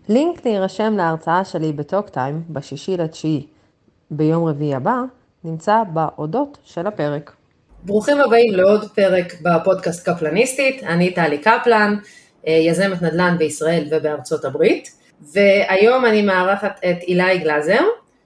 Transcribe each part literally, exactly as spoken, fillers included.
לינק להירשם להרצאה שלי בטוק טיים בשישי לתשיעי ביום רביעי הבא נמצא בהודות של הפרק. ברוכים הבאים לעוד פרק בפודקאסט קפלניסטית, אני טלי קפלן, יזמת נדל"ן בישראל ובארצות הברית, והיום אני מארחת את אילי גלזר,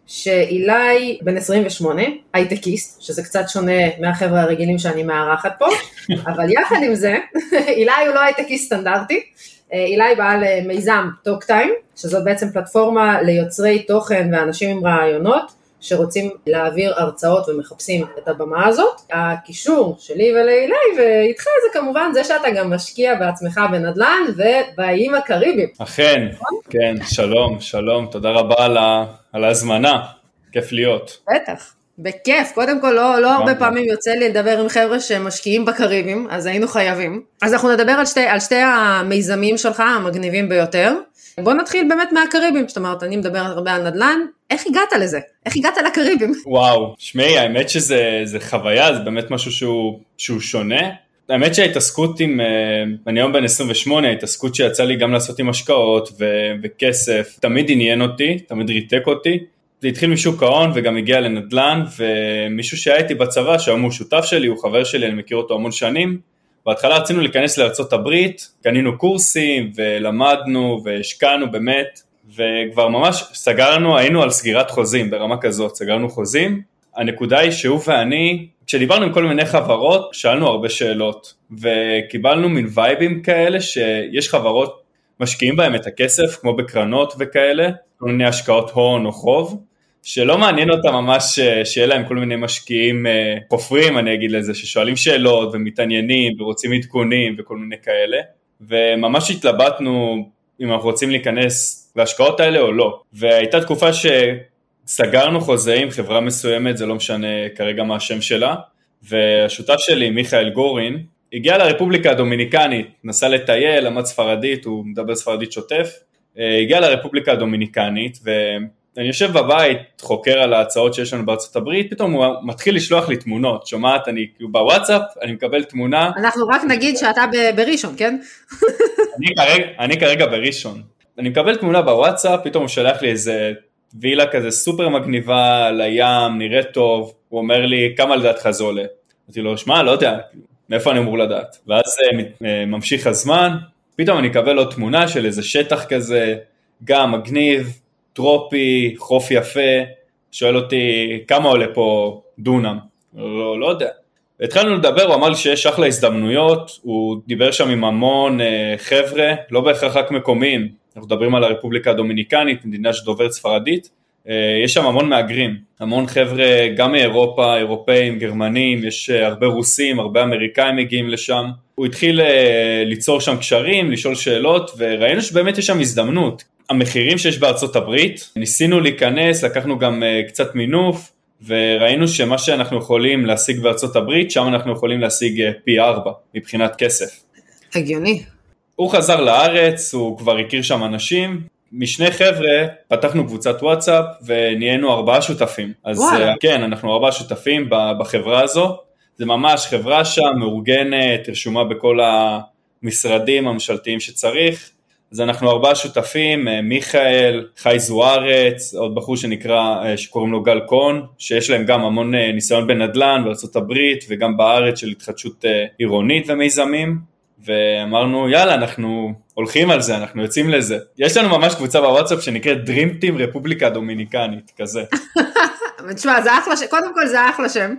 שאילי בן עשרים ושמונה, הייטקיסט, שזה קצת שונה מהחבר'ה הרגילים שאני מארחת פה, אבל יחד עם זה, אילי הוא לא הייטקיסט סטנדרטי, אילי בא למיזם טוק טיים, שזאת בעצם פלטפורמה ליוצרי תוכן ואנשים עם רעיונות, שרוצים להעביר הרצאות ומחפשים את הבמה הזאת. הקישור שלי ולאילי ואיתך זה כמובן זה שאתה גם משקיע בעצמך בנדל"ן ובאיים הקריביים. אכן, כן, שלום, שלום, תודה רבה על, ה, על ההזמנה, כיף להיות. בטח, בכיף, קודם כל לא, לא הרבה פעמים יוצא לי לדבר עם חבר'ה שמשקיעים בקריביים, אז היינו חייבים. אז אנחנו נדבר על שתי, על שתי המיזמים שלך, המגניבים ביותר. בוא נתחיל באמת מהקריבים, זאת אומרת, אני מדבר הרבה על נדל"ן, איך הגעת לזה? איך הגעת לקריבים? וואו, שמי, האמת שזה זה חוויה, זה באמת משהו שהוא, שהוא שונה. האמת שההתעסקות עם, אני היום בן עשרים ושמונה, ההתעסקות שיצא לי גם לעשות עם השקעות ו- וכסף, תמיד עניין אותי, תמיד ריתק אותי. זה התחיל משוק ההון וגם הגיע לנדל"ן, ומישהו שהיה איתי בצבא, שהיום הוא שותף שלי, הוא חבר שלי, אני מכיר אותו המון שנים, בהתחלה רצינו להיכנס לארצות הברית, קנינו קורסים ולמדנו והשקענו באמת, וכבר ממש סגרנו, היינו על סגירת חוזים ברמה כזאת, סגרנו חוזים. הנקודה היא שהוא ואני, כשדיברנו עם כל מיני חברות, שאלנו הרבה שאלות, וקיבלנו מין וייבים כאלה שיש חברות משקיעים בהם את הכסף, כמו בקרנות וכאלה, כל מיני השקעות הון או חוב, שלא מעניין אותם ממש שיהיה להם כל מיני משקיעים חופרים, אני אגיד לזה, ששואלים שאלות ומתעניינים ורוצים עדכונים וכל מיני כאלה, וממש התלבטנו אם אנחנו רוצים להיכנס להשקעות האלה או לא, והייתה תקופה שסגרנו חוזה עם חברה מסוימת, זה לא משנה כרגע מה השם שלה, והשותף שלי, מיכאל גורין, הגיע לרפובליקה הדומיניקנית, נסע לטייל, למד ספרדית, הוא מדבר ספרדית שוטף, הגיע לרפובליקה הדומיניקנית, ואני יושב בבית, חוקר על ההצעות שיש לנו בארצות הברית, פתאום הוא מתחיל לשלוח לי תמונות, שומעת, אני בוואטסאפ, אני מקבל תמונה. אנחנו רק נגיד שאתה בראשון, כן? אני כרגע, אני כרגע בראשון. אני מקבל תמונה בוואטסאפ, פתאום הוא שלח לי איזה וילה כזה סופר מגניבה לים, נראה טוב, הוא אומר לי, כמה לדעתך זה עולה? אמרתי לו, שמע, לא יודע, מאיפה אני אמור לדעת? ואז ממשיך הזמן, פתאום אני אקבל עוד תמונה של איזה שטח כזה, גם מגניב, טרופי, חוף יפה, שואל אותי, כמה עולה פה דונם? לא, לא יודע. והתחלנו לדבר, הוא אמר לי שיש אחלה הזדמנויות, הוא דיבר שם עם המון חבר'ה, לא בהכרח רק מקומיים, אנחנו מדברים על הרפובליקה הדומיניקנית, מדינה שדוברת ספרדית, יש שם המון מאגרים, המון חבר'ה, גם מאירופה, אירופאים, גרמנים, יש הרבה רוסים, הרבה אמריקאים מגיעים לשם, הוא התחיל ליצור שם קשרים, לשאול שאלות, וראינו שבאמת יש שם הזדמנות, המחירים שיש בארצות הברית, ניסינו להיכנס, לקחנו גם קצת מינוף, וראינו שמה שאנחנו יכולים להשיג בארצות הברית, שם אנחנו יכולים להשיג פי ארבע, מבחינת כסף. הגיוני. הוא חזר לארץ, הוא כבר הכיר שם אנשים, משני חבר'ה פתחנו קבוצת וואטסאפ, ונהיינו ארבעה שותפים. אז וואלה. כן, אנחנו ארבעה שותפים בחברה הזו, זה ממש חברה שם, מאורגנת, רשומה בכל המשרדים הממשלתיים שצריך, אז אנחנו ארבעה שותפים, מיכאל, חי זוארץ, עוד בחור שנקרא, שקוראים לו גל קון, שיש להם גם המון ניסיון בנדל"ן בארצות הברית, וגם בארץ של התחדשות עירונית ומיזמים, ואמרנו, יאללה, אנחנו הולכים על זה, אנחנו יוצאים לזה. יש לנו ממש קבוצה בוואטסאפ שנקראת Dream Team רפובליקה דומיניקנית, כזה. תשמע, זה אחלה שם, קודם כל זה אחלה שם.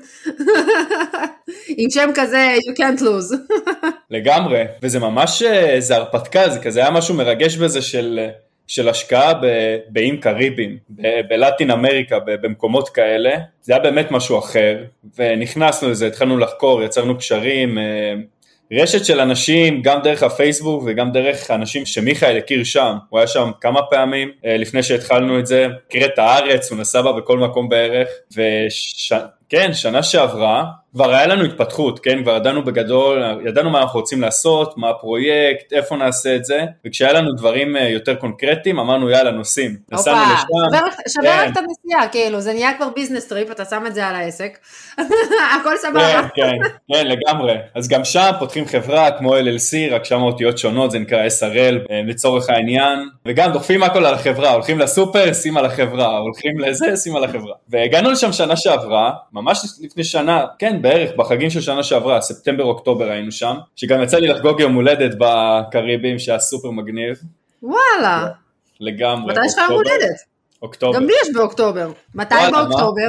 עם שם כזה, you can't lose. לגמרי, וזה ממש, זה הרפתקה, זה כזה היה משהו מרגש בזה של, של השקעה באיים קריביים, בלטין אמריקה, במקומות כאלה. זה היה באמת משהו אחר, ונכנסנו לזה, התחלנו לחקור, יצרנו קשרים, רשת של אנשים, גם דרך הפייסבוק וגם דרך אנשים שמיכאל הכיר שם, הוא היה שם כמה פעמים לפני שהתחלנו את זה, הכיר את הארץ, הוא נסע בה בכל מקום בערך, וכן, שנה שעברה, כבר היה לנו התפתחות, כן? כבר ידענו בגדול, ידענו מה אנחנו רוצים לעשות, מה הפרויקט, איפה נעשה את זה, וכשהיה לנו דברים יותר קונקרטיים, אמרנו יאללה, נוסעים. נסענו לשם. שבר רק את הנסיעה, כאילו, זה נהיה כבר ביזנס טריפ, אתה שם את זה על העסק, הכל סבבה. כן, כן, כן, לגמרי. אז גם שם פותחים חברה כמו אל אל סי, רק שם אותיות שונות, זה נקרא אס אר אל, לצורך העניין, וגם דוחפים הכל על החברה, הולכים לסופר, שים על החברה, הולכים לזה, שים על החברה. והגענו לשם שנה שעברה, ממש לפני שנה, כן, בערך, בחגים של שנה שעברה, ספטמבר, אוקטובר היינו שם, שגם יצא לי לחגוג יום הולדת בקריבים, שהיה סופר מגניב. וואלה. לגמרי. מתי יש לך יום הולדת? אוקטובר. גם לי יש באוקטובר. מתי באוקטובר?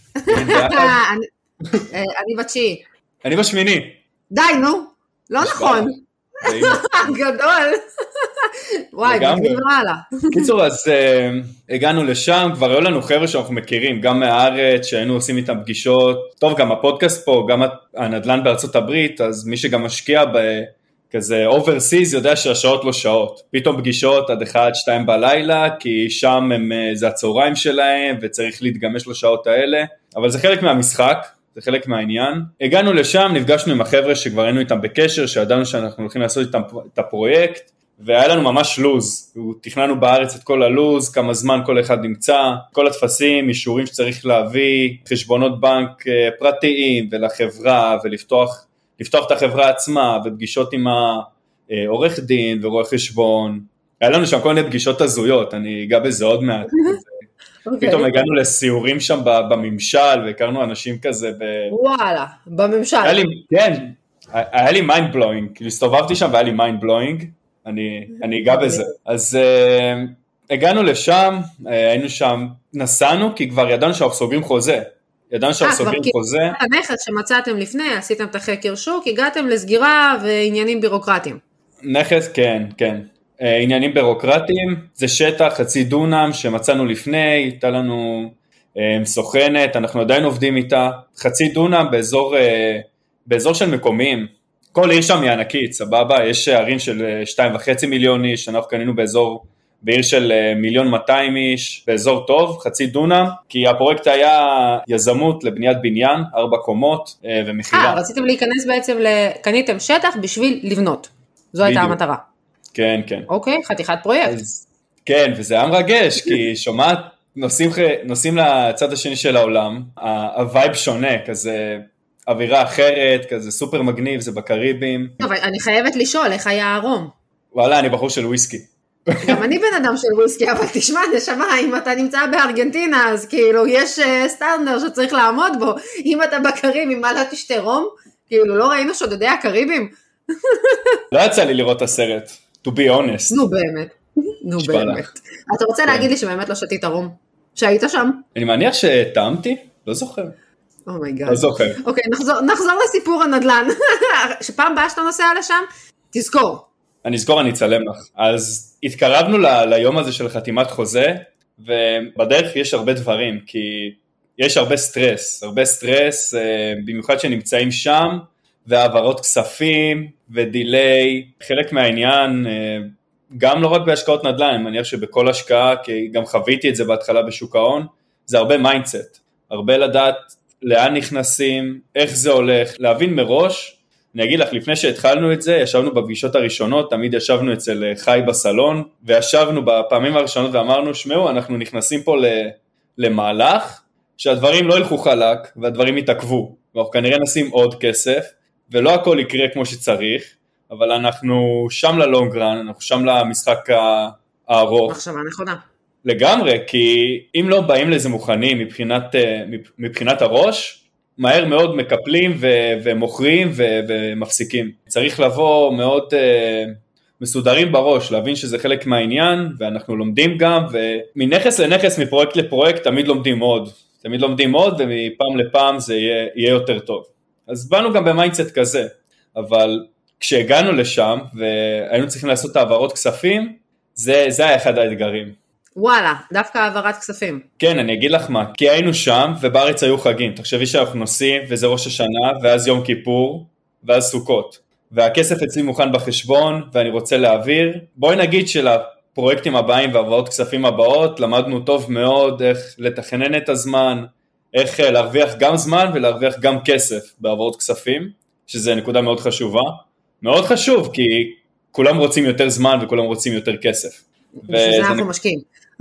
אני בתשיעי. אני בשמיני. די, נו. לא נכון. גדול. וואי, מגניב רעלה. קיצור, אז הגענו לשם, כבר היו לנו חבר'ה שאנחנו מכירים, גם מהארץ, שהיינו עושים איתם פגישות. טוב, גם הפודקאסט פה, גם הנדל"ן בארצות הברית, אז מי שגם משקיע בכזה overseas יודע שהשעות לא שעות. פתאום פגישות עד אחת, שתיים בלילה, כי שם הם, זה הצהריים שלהם, וצריך להתגמש לשעות האלה. אבל זה חלק מהמשחק. זה חלק מהעניין. הגענו לשם, נפגשנו עם החבר'ה שכבר היינו איתם בקשר, שידענו שאנחנו הולכים לעשות איתם את הפרויקט, והיה לנו ממש לוז. תכננו בארץ את כל הלוז, כמה זמן כל אחד נמצא, כל התפסים, אישורים שצריך להביא, חשבונות בנק פרטיים ולחברה, ולפתוח לפתוח את החברה עצמה, ופגישות עם העורך דין ורואה חשבון. היה לנו שם כל מיני פגישות הזויות, אני אגע בזה עוד מעט. Okay. פתאום הגענו לסיורים שם בממשל, והכרנו אנשים כזה ב... וואלה, בממשל. היה לי, כן, היה לי mind blowing, כאילו הסתובבתי שם והיה לי mind blowing, אני, אני אגע בזה. אז uh, הגענו לשם, uh, היינו שם, נסענו, כי כבר ידענו שאנחנו סוגרים חוזה. ידענו שאנחנו סוגרים חוזה. הנכס שמצאתם לפני, עשיתם את החקר שוק, הגעתם לסגירה ועניינים בירוקרטיים. נכס, כן, כן. עניינים בירוקרטיים, זה שטח חצי דונם שמצאנו לפני, הייתה לנו סוכנת, אנחנו עדיין עובדים איתה, חצי דונם באזור, באזור של מקומיים, כל עיר שם היא ענקית, סבבה, יש ערים של שתיים וחצי מיליון איש, אנחנו קנינו באזור, בעיר של מיליון מאתיים איש, באזור טוב, חצי דונם, כי הפרויקט היה יזמות לבניית בניין, ארבע קומות ומחירה. אה, רציתם להיכנס בעצם, קניתם שטח בשביל לבנות, זו הייתה המטרה. כן, כן. אוקיי, חתיכת פרויקט. אז, כן, וזה היה מרגש, כי שומעת, נוסעים, נוסעים לצד השני של העולם, הווייב שונה, כזה אווירה אחרת, כזה סופר מגניב, זה בקריבים. טוב, אני חייבת לשאול, איך היה הרום? וואלה, אני בחור של וויסקי. גם אני בן אדם של וויסקי, אבל תשמע, נשמה, אם אתה נמצא בארגנטינה, אז כאילו, יש סטנדר שצריך לעמוד בו, אם אתה בקריבים, מה לא תשתה רום? כאילו, לא ראינו שודדי הקריבים? לא יצא לי לראות את הסרט. To be honest. נו באמת, נו באמת. אתה רוצה להגיד לי שבאמת לא שתית רום? שהיית שם? אני מניח שטעמתי, לא זוכר. אומייגאד. לא זוכר. אוקיי, נחזור לסיפור הנדל"ן. שפעם באה שאתה נוסע לשם, תזכור. אני אזכור, אני אצלם לך. אז התקרבנו ליום הזה של חתימת חוזה, ובדרך יש הרבה דברים, כי יש הרבה סטרס, הרבה סטרס, במיוחד שנמצאים שם, והעברות כספים ודיליי, חלק מהעניין, גם לא רק בהשקעות נדל"ן, אני מניח שבכל השקעה, כי גם חוויתי את זה בהתחלה בשוק ההון, זה הרבה מיינדסט, הרבה לדעת לאן נכנסים, איך זה הולך, להבין מראש. אני אגיד לך, לפני שהתחלנו את זה, ישבנו בפגישות הראשונות, תמיד ישבנו אצל חי בסלון, וישבנו בפעמים הראשונות ואמרנו, שמעו, אנחנו נכנסים פה למהלך, שהדברים לא ילכו חלק, והדברים יתעכבו, ואנחנו כנראה נשים עוד כסף, ולא הכל יקרה כמו שצריך, אבל אנחנו שם ללונגרן, אנחנו שם למשחק הארוך. מחשבה נכונה. לגמרי, כי אם לא באים לזה מוכנים מבחינת, מבחינת הראש, מהר מאוד מקפלים ו- ומוכרים ו- ומפסיקים. צריך לבוא מאוד uh, מסודרים בראש, להבין שזה חלק מהעניין, ואנחנו לומדים גם, ומנכס לנכס, מפרויקט לפרויקט, תמיד לומדים עוד. תמיד לומדים עוד, ומפעם לפעם זה יהיה, יהיה יותר טוב. אז באנו גם במיינדסט כזה, אבל כשהגענו לשם, והיינו צריכים לעשות העברות כספים, זה, זה היה אחד האתגרים. וואלה, דווקא העברת כספים. כן, אני אגיד לך מה, כי היינו שם, ובארץ היו חגים, תחשבי שאנחנו נוסעים, וזה ראש השנה, ואז יום כיפור, ואז סוכות. והכסף אצלי מוכן בחשבון, ואני רוצה להעביר. בואי נגיד שלפרויקטים הבאים, והעברות כספים הבאות, למדנו טוב מאוד איך לתכנן את הזמן, איך להרוויח גם זמן ולהרוויח גם כסף בהעברות כספים, שזה נקודה מאוד חשובה. מאוד חשוב, כי כולם רוצים יותר זמן וכולם רוצים יותר כסף. בשביל זה אנחנו משקיעים.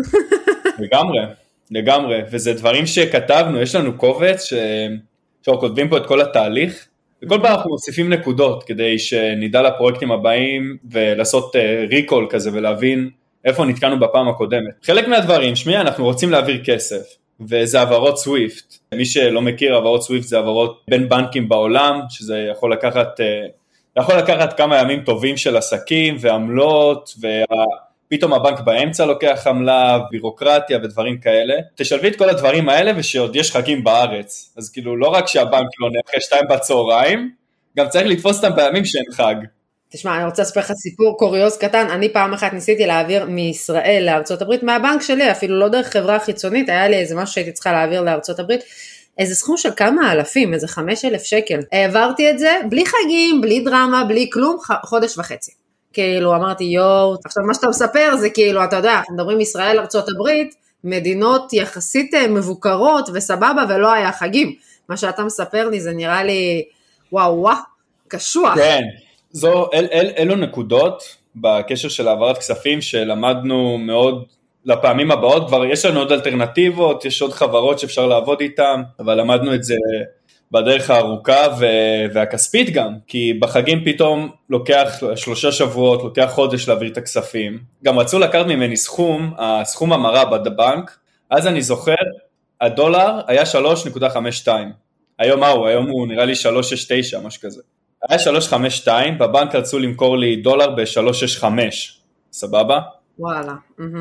לגמרי, לגמרי, וזה דברים שכתבנו, יש לנו קובץ שאנחנו כותבים פה את כל התהליך, וכל פעם אנחנו מוסיפים נקודות, כדי שנדע לפרויקטים הבאים, ולעשות ריקול כזה, ולהבין איפה נתקענו בפעם הקודמת. חלק מהדברים, שמי, אנחנו רוצים להעביר כסף, וזה העברות סוויפט. מי שלא מכיר, העברות סוויפט זה העברות בין בנקים בעולם, שזה יכול לקחת, יכול לקחת כמה ימים טובים של עסקים, ועמלות, ופתאום הבנק באמצע לוקח עמלה, בירוקרטיה ודברים כאלה. תשלבי את כל הדברים האלה, ושעוד יש חגים בארץ. אז כאילו, לא רק שהבנק לא נאחרי שתיים בצהריים, גם צריך לתפוס אותם בימים שאין חג. תשמע, אני רוצה לספר לך סיפור קוריוז קטן, אני פעם אחת ניסיתי להעביר מישראל לארצות הברית, מהבנק שלי, אפילו לא דרך חברה חיצונית, היה לי איזה משהו שהייתי צריכה להעביר לארצות הברית, איזה סכום של כמה אלפים, איזה חמש אלף שקל, העברתי את זה, בלי חגים, בלי דרמה, בלי כלום, חודש וחצי, כאילו אמרתי יואו, עכשיו מה שאתה מספר זה כאילו, אתה יודע, אנחנו מדברים ישראל, ארצות הברית, מדינות יחסית מבוקרות וסבבה, ולא היה חגים, מה שאתה מספר לי זה נראה לי, וואו וואו, קשוח. כן. זו, אל, אל, אלו נקודות בקשר של העברת כספים שלמדנו מאוד לפעמים הבאות, כבר יש לנו עוד אלטרנטיבות, יש עוד חברות שאפשר לעבוד איתן, אבל למדנו את זה בדרך הארוכה והכספית גם, כי בחגים פתאום לוקח שלושה שבועות, לוקח חודש להעביר את הכספים, גם רצו לקחת ממני סכום, הסכום המרה בבנק, אז אני זוכר, הדולר היה שלוש נקודה חמש שתיים, היום מהו? היום הוא נראה לי שלוש שש תשע, משהו כזה. היה שלוש חמש שתיים, בבנק רצו למכור לי דולר ב-שלוש שש חמש, סבבה? וואלה.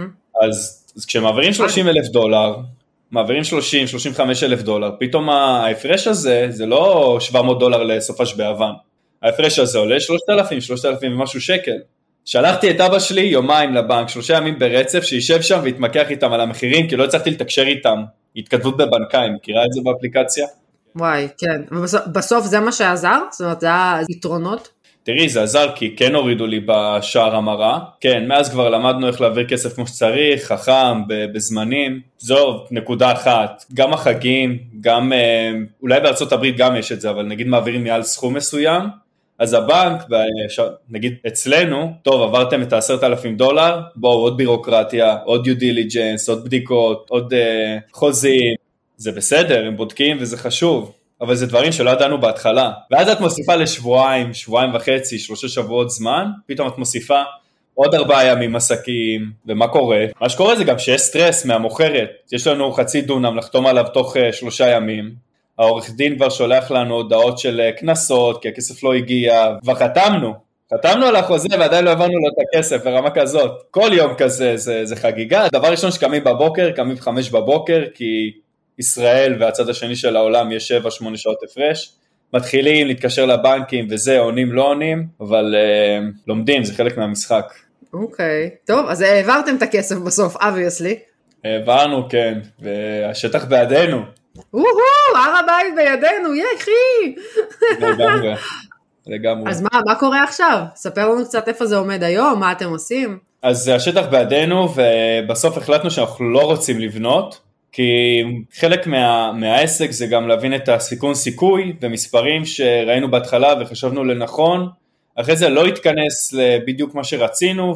אז, אז כשמעבירים שלושים אלף דולר, מעבירים שלושים שלושים וחמישה אלף דולר, פתאום ההפרש הזה, זה לא שבע מאות דולר לסופש ביוון, ההפרש הזה עולה שלושת אלפים, שלושת אלפים ומשהו שקל. שלחתי את אבא שלי יומיים לבנק, שלושה ימים ברצף, שישב שם והתמקח איתם על המחירים, כי לא הצלחתי לתקשר איתם, התכתבות בבנקאים, מכירה את זה באפליקציה? וואי, כן, ובסוף זה מה שעזר? זאת אומרת, זה היה יתרונות? תראי, זה עזר כי כן הורידו לי בשער המרה, כן, מאז כבר למדנו איך להעביר כסף כמו שצריך, חכם, בזמנים, זו נקודה אחת, גם החגים, גם, אולי בארצות הברית גם יש את זה, אבל נגיד מעבירים מעל סכום מסוים, אז הבנק, נגיד אצלנו, טוב, עברתם את עשרת אלפים דולר, בואו, עוד בירוקרטיה, עוד due diligence, עוד בדיקות, עוד uh, חוזים, זה בסדר, הם בודקים וזה חשוב, אבל זה דברים שלא ידענו בהתחלה, ואז את מוסיפה לשבועיים, שבועיים וחצי, שלושה שבועות זמן, פתאום את מוסיפה עוד ארבעה ימים עסקים, ומה קורה? מה שקורה זה גם שיש סטרס מהמוכרת, יש לנו חצי דונם לחתום עליו תוך uh, שלושה ימים, העורך דין כבר שולח לנו הודעות של כנסות, כי הכסף לא הגיע, וחתמנו, חתמנו על החוזה ועדיין לא הבנו לו את הכסף, ברמה כזאת, כל יום כזה זה, זה חגיגה, דבר ראשון שקמים בבוקר, קמים בחמש בבוקר, כי ישראל והצד השני של העולם יש שבע שמונה שעות הפרש, מתחילים להתקשר לבנקים וזה, עונים לא עונים, אבל uh, לומדים, זה חלק מהמשחק. אוקיי, okay. טוב, אז העברתם את הכסף בסוף, obviously. העברנו, כן, והשטח בידינו. וואו, הר הבית בידינו, יחי. לגמרי, לגמרי. אז מה, מה קורה עכשיו? ספר לנו קצת איפה זה עומד היום, מה אתם עושים? אז השטח בידינו, ובסוף החלטנו שאנחנו לא רוצים לבנות, כי חלק מה, מהעסק זה גם להבין את הסיכון סיכוי, ומספרים שראינו בהתחלה וחשבנו לנכון, אחרי זה לא התכנס בדיוק מה שרצינו,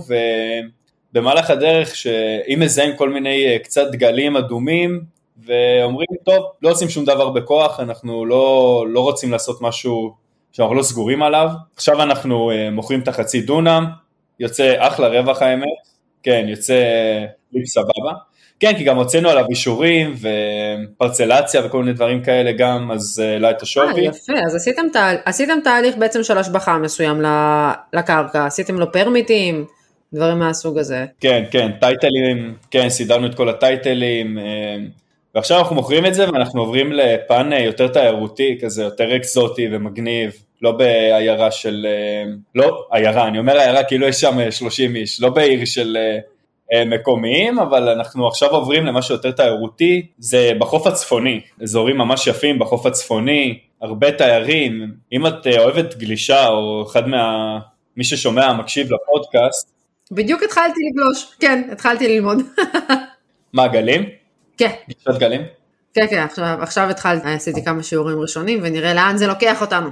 ובמהלך הדרך שאם מזהים כל מיני קצת דגלים אדומים, ואומרים, טוב, לא עושים שום דבר בכוח, אנחנו לא, לא רוצים לעשות משהו שאנחנו לא סגורים עליו, עכשיו אנחנו uh, מוכרים את החצי דונם, יוצא אחלה רווח האמת, כן, יוצא ליפ סבבה, כן, כי גם הוצאנו עליו אישורים ופרצלציה וכל מיני דברים כאלה גם, אז uh, לא את השווי. אה, יפה, אז עשיתם, תה, עשיתם תהליך בעצם של השבחה מסוים לקרקע, עשיתם לו פרמיטים, דברים מהסוג הזה. כן, כן, טייטלים, כן, סידרנו את כל הטייטלים, ועכשיו אנחנו מוכרים את זה, ואנחנו עוברים לפן יותר תיירותי, כזה יותר אקזוטי ומגניב, לא בעיירה של, לא, עיירה, אני אומר עיירה כאילו יש שם שלושים איש, לא בעיר של מקומיים, אבל אנחנו עכשיו עוברים למשהו יותר תיירותי, זה בחוף הצפוני, אזורים ממש יפים בחוף הצפוני, הרבה תיירים, אם את אוהבת גלישה, או אחד מה, מי ששומע, מקשיב לפודקאסט, בדיוק התחלתי לגלוש, כן, התחלתי ללמוד. מה, גלים? כן. גלישת גלים? כן, כן, עכשיו, עכשיו התחלתי, עשיתי כמה שיעורים ראשונים, ונראה לאן זה לוקח אותנו.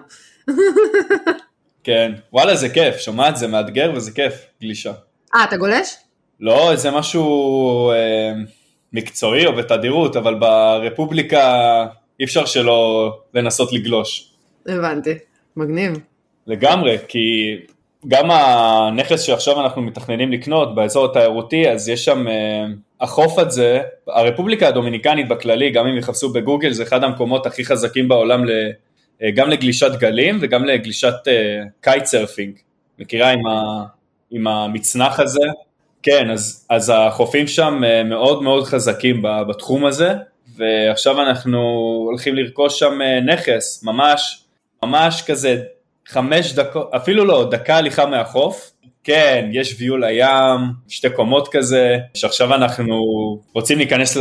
כן, וואלה זה כיף, שומעת, זה מאתגר וזה כיף, גלישה. אה, אתה גולש? לא, זה משהו אה, מקצועי או בתדירות, אבל ברפובליקה אי אפשר שלא לנסות לגלוש. הבנתי, מגניב. לגמרי, כי גם הנכס שעכשיו אנחנו מתכננים לקנות באזור התיירותי, אז יש שם, אה, החוף הזה, הרפובליקה הדומיניקנית בכללי, גם אם יחפשו בגוגל, זה אחד המקומות הכי חזקים בעולם, אה, גם לגלישת גלים וגם לגלישת אה, קייט סרפינג. מכירה עם, ה, עם המצנח הזה? כן, אז, אז החופים שם מאוד מאוד חזקים בתחום הזה, ועכשיו אנחנו הולכים לרכוש שם נכס, ממש, ממש כזה חמש דקות, אפילו לא, דקה הליכה מהחוף, כן, יש ויו לים, שתי קומות כזה, שעכשיו אנחנו רוצים להיכנס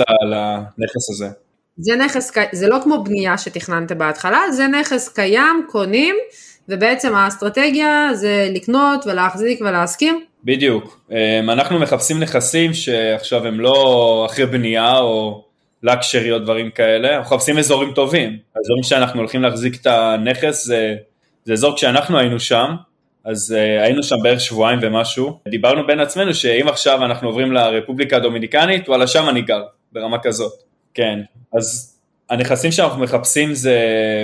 לנכס הזה. זה נכס, זה לא כמו בנייה שתכננת בהתחלה, זה נכס קיים, קונים, ובעצם האסטרטגיה זה לקנות ולהחזיק ולהסכים. בדיוק, אנחנו מחפשים נכסים שעכשיו הם לא אחרי בנייה או לקשרי או דברים כאלה, אנחנו מחפשים אזורים טובים, האזורים שאנחנו הולכים להחזיק את הנכס זה, זה אזור כשאנחנו היינו שם, אז היינו שם בערך שבועיים ומשהו, דיברנו בין עצמנו שאם עכשיו אנחנו עוברים לרפובליקה הדומיניקנית, וואלה שם אני גר, ברמה כזאת, כן, אז הנכסים שאנחנו מחפשים זה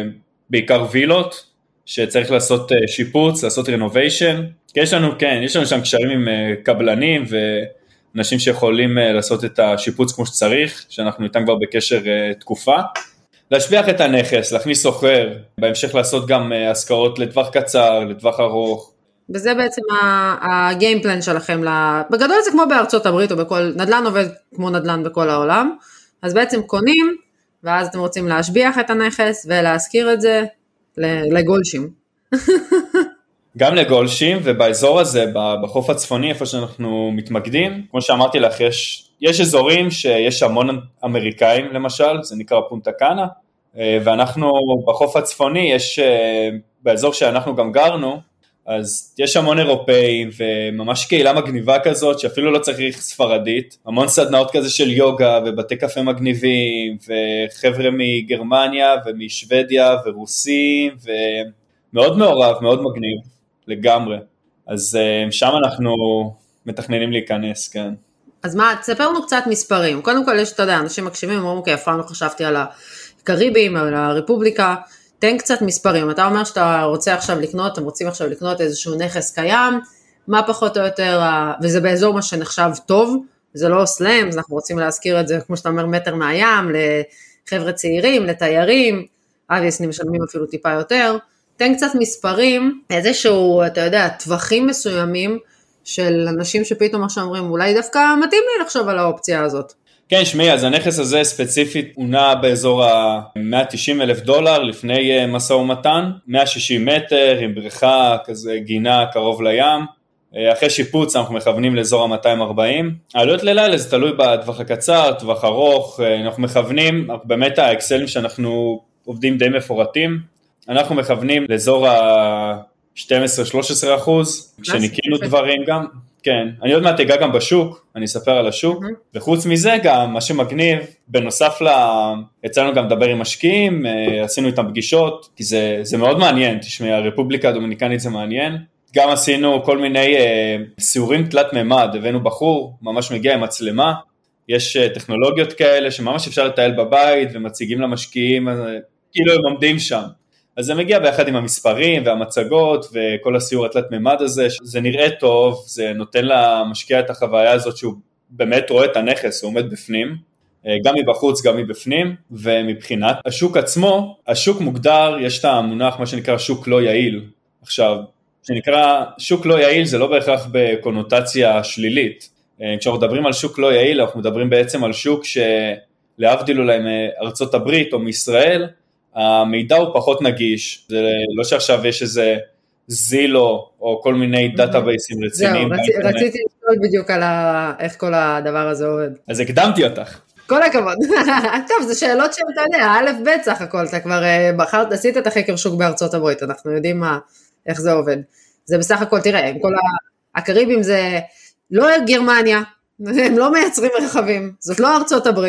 בעיקר וילות, שצריך לעשות שיפוץ, לעשות רנוביישן, כי יש לנו, כן, יש לנו שם קשרים עם קבלנים ואנשים שיכולים לעשות את השיפוץ כמו שצריך, שאנחנו איתם כבר בקשר תקופה, להשביח את הנכס, להכניס סוחר, בהמשך לעשות גם השכרות לטווח קצר, לטווח ארוך. וזה בעצם הגיימפלן שלכם, בגדול זה כמו בארצות הברית או בכל, נדל"ן עובד כמו נדל"ן בכל העולם, אז בעצם קונים, ואז אתם רוצים להשביח את הנכס ולהזכיר את זה לגולשים. גם לגולשים, ובאזור הזה, בחוף הצפוני, איפה שאנחנו מתמקדים, כמו שאמרתי לך, יש, יש אזורים שיש המון אמריקאים למשל, זה נקרא פונטה קאנה, ואנחנו בחוף הצפוני, יש, באזור שאנחנו גם גרנו, אז יש המון אירופאים, וממש קהילה מגניבה כזאת, שאפילו לא צריך ספרדית, המון סדנאות כזה של יוגה, ובתי קפה מגניבים, וחבר'ה מגרמניה, ומשוודיה, ורוסים, ומאוד מעורב, מאוד מגניב. לגמרי, אז שם אנחנו מתכננים להיכנס, כן. אז מה, תספר לנו קצת מספרים, קודם כל יש, אתה יודע, אנשים מקשיבים, אומרים, אוקיי, אף פעם לא חשבתי על הקריבים, על הרפובליקה, תן קצת מספרים, אתה אומר שאתה רוצה עכשיו לקנות, אתם רוצים עכשיו לקנות איזשהו נכס קיים, מה פחות או יותר, וזה באזור מה שנחשב טוב, זה לא סלאם, אז אנחנו רוצים להזכיר את זה, כמו שאתה אומר, מטר מהים, לחבר'ה צעירים, לתיירים, אביסנים משלמים אפילו טיפה יותר, תן קצת מספרים, איזשהו, אתה יודע, טווחים מסוימים של אנשים שפתאום מה שאומרים, אולי דווקא מתאים לי לחשוב על האופציה הזאת. כן, שמי, אז הנכס הזה ספציפית הוא נע באזור ה-מאה ותשעים אלף דולר לפני משא ומתן, מאה ושישים מטר עם בריכה, כזה גינה קרוב לים, אחרי שיפוץ אנחנו מכוונים לאזור ה-מאתיים וארבעים, העלויות ללילה זה תלוי בטווח הקצר, טווח ארוך, אנחנו מכוונים, באמת האקסלים שאנחנו עובדים די מפורטים, אנחנו מכוונים לאזור ה-שתים עשרה שלוש עשרה אחוז, כשניקינו דברים גם, כן, אני עוד מעט אגע גם בשוק, אני אספר על השוק, וחוץ מזה גם, מה שמגניב, בנוסף ל... יצאנו גם לדבר עם משקיעים, עשינו איתם פגישות, כי זה, זה מאוד מעניין, תשמעי, הרפובליקה הדומיניקנית זה מעניין, גם עשינו כל מיני סיורים תלת ממד, הבאנו בחור, ממש מגיע עם מצלמה, יש טכנולוגיות כאלה, שממש אפשר לטייל בבית, ומציגים למשקיעים, כאילו הם עומדים שם, אז זה מגיע ביחד עם המספרים והמצגות וכל הסיור התלת ממד הזה, זה נראה טוב, זה נותן למשקיע את החוויה הזאת שהוא באמת רואה את הנכס, הוא עומד בפנים, גם מבחוץ גם מבפנים, ומבחינת השוק עצמו, השוק מוגדר, יש את המונח מה שנקרא שוק לא יעיל, עכשיו, שנקרא שוק לא יעיל זה לא בהכרח בקונוטציה שלילית, כשאנחנו מדברים על שוק לא יעיל, אנחנו מדברים בעצם על שוק שלהבדיל אולי מארצות הברית או מישראל, המידע הוא פחות נגיש, זה לא שעכשיו יש איזה זילו, או כל מיני דאטאבייסים רציניים. זהו, רציתי לשאול בדיוק על איך כל הדבר הזה עובד. אז הקדמתי אותך. כל הכבוד. טוב, זה שאלות שאתה יודע, א' ב' סך הכל, אתה כבר בחרת, עשית את החקר שוק בארצות הברית, אנחנו יודעים איך זה עובד. זה בסך הכל, תראה, כל הקריבים זה לא גרמניה, הם לא מייצרים רכבים, זאת לא ארצות הברית,